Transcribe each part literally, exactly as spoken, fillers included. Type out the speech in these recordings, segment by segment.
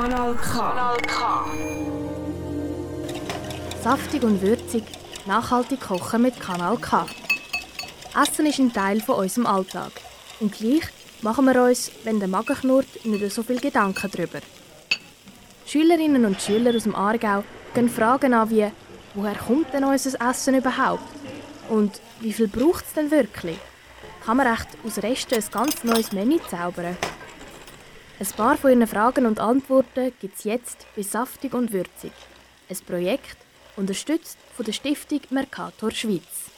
Kanal K. Kanal K. Saftig und würzig, nachhaltig kochen mit Kanal K. Essen ist ein Teil von unserem Alltag. Und gleich machen wir uns, wenn der Magen knurrt, nicht so viel Gedanken darüber. Schülerinnen und Schüler aus dem Aargau gehen Fragen an wie «Woher kommt denn unser Essen überhaupt?» und «Wie viel braucht es denn wirklich?» Kann man echt aus Resten ein ganz neues Menü zaubern? Ein paar von Ihren Fragen und Antworten gibt es jetzt bei Saftig und Würzig. Ein Projekt, unterstützt von der Stiftung Mercator Schweiz.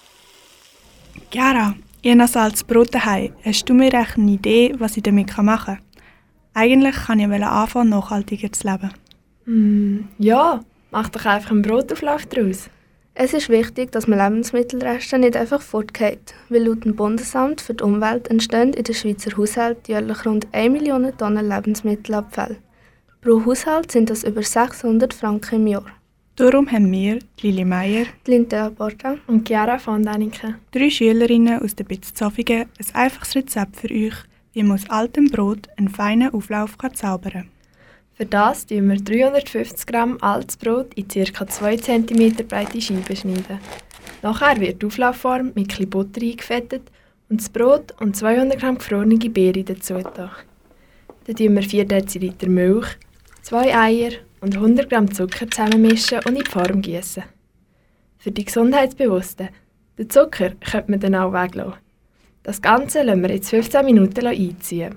Chiara, ich habe noch Salzbrot daheim. Hast du mir echt eine Idee, was ich damit machen kann? Eigentlich kann ich anfangen, nachhaltiger zu leben. Mm, ja, mach doch einfach einen Brotauflauf daraus. Es ist wichtig, dass man Lebensmittelreste nicht einfach fortgeht, weil laut dem Bundesamt für die Umwelt entstehen in den Schweizer Haushalten jährlich rund eine Million Tonnen Lebensmittelabfälle. Pro Haushalt sind das über sechshundert Franken im Jahr. Darum haben wir, Lili Meier, Linda Porta und Chiara von Däniken, drei Schülerinnen aus der Bitz Zofingen, ein einfaches Rezept für euch, wie man aus altem Brot einen feinen Auflauf kann zaubern kann. Für das schneiden wir dreihundertfünfzig Gramm altes Brot in ca. zwei Zentimeter breite Scheiben schneiden. Nachher wird die Auflaufform mit etwas Butter eingefettet und das Brot und zweihundert Gramm gefrorene Beeren dazu tun. Dann mischen wir vier Deziliter Milch, zwei Eier und hundert Gramm Zucker zusammenmischen und in die Form gießen. Für die Gesundheitsbewussten, den Zucker könnte man dann auch weglassen. Das Ganze lassen wir jetzt fünfzehn Minuten einziehen.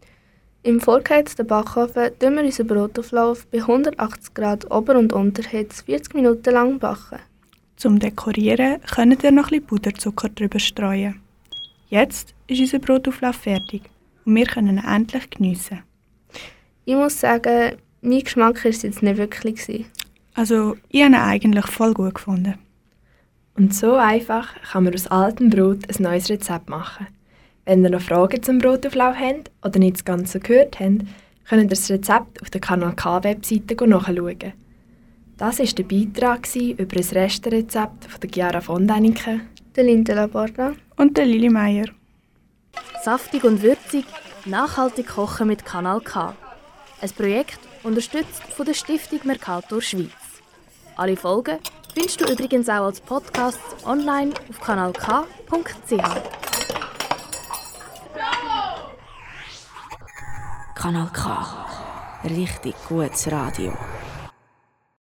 Im vorgeheizten Backofen tun wir unseren Brotauflauf bei hundertachtzig Grad Ober- und Unterhitze vierzig Minuten lang backen. Zum Dekorieren könnt ihr noch ein bisschen Puderzucker drüber streuen. Jetzt ist unser Brotauflauf fertig und wir können ihn endlich geniessen. Ich muss sagen, mein Geschmack war es jetzt nicht wirklich. Also, ich habe ihn eigentlich voll gut gefunden. Und so einfach kann man aus altem Brot ein neues Rezept machen. Wenn ihr noch Fragen zum Brotauflauf habt oder nicht das Ganze gehört habt, könnt ihr das Rezept auf der Kanal K-Webseite nachschauen. Das war der Beitrag über ein Resterezept von der Chiara von Däniken, der Linda Porta und der Lili Meier. Saftig und würzig, nachhaltig kochen mit Kanal K. Ein Projekt, unterstützt von der Stiftung Mercator Schweiz. Alle Folgen findest du übrigens auch als Podcast online auf kanal k punkt c h. Kanal K. Richtig gutes Radio.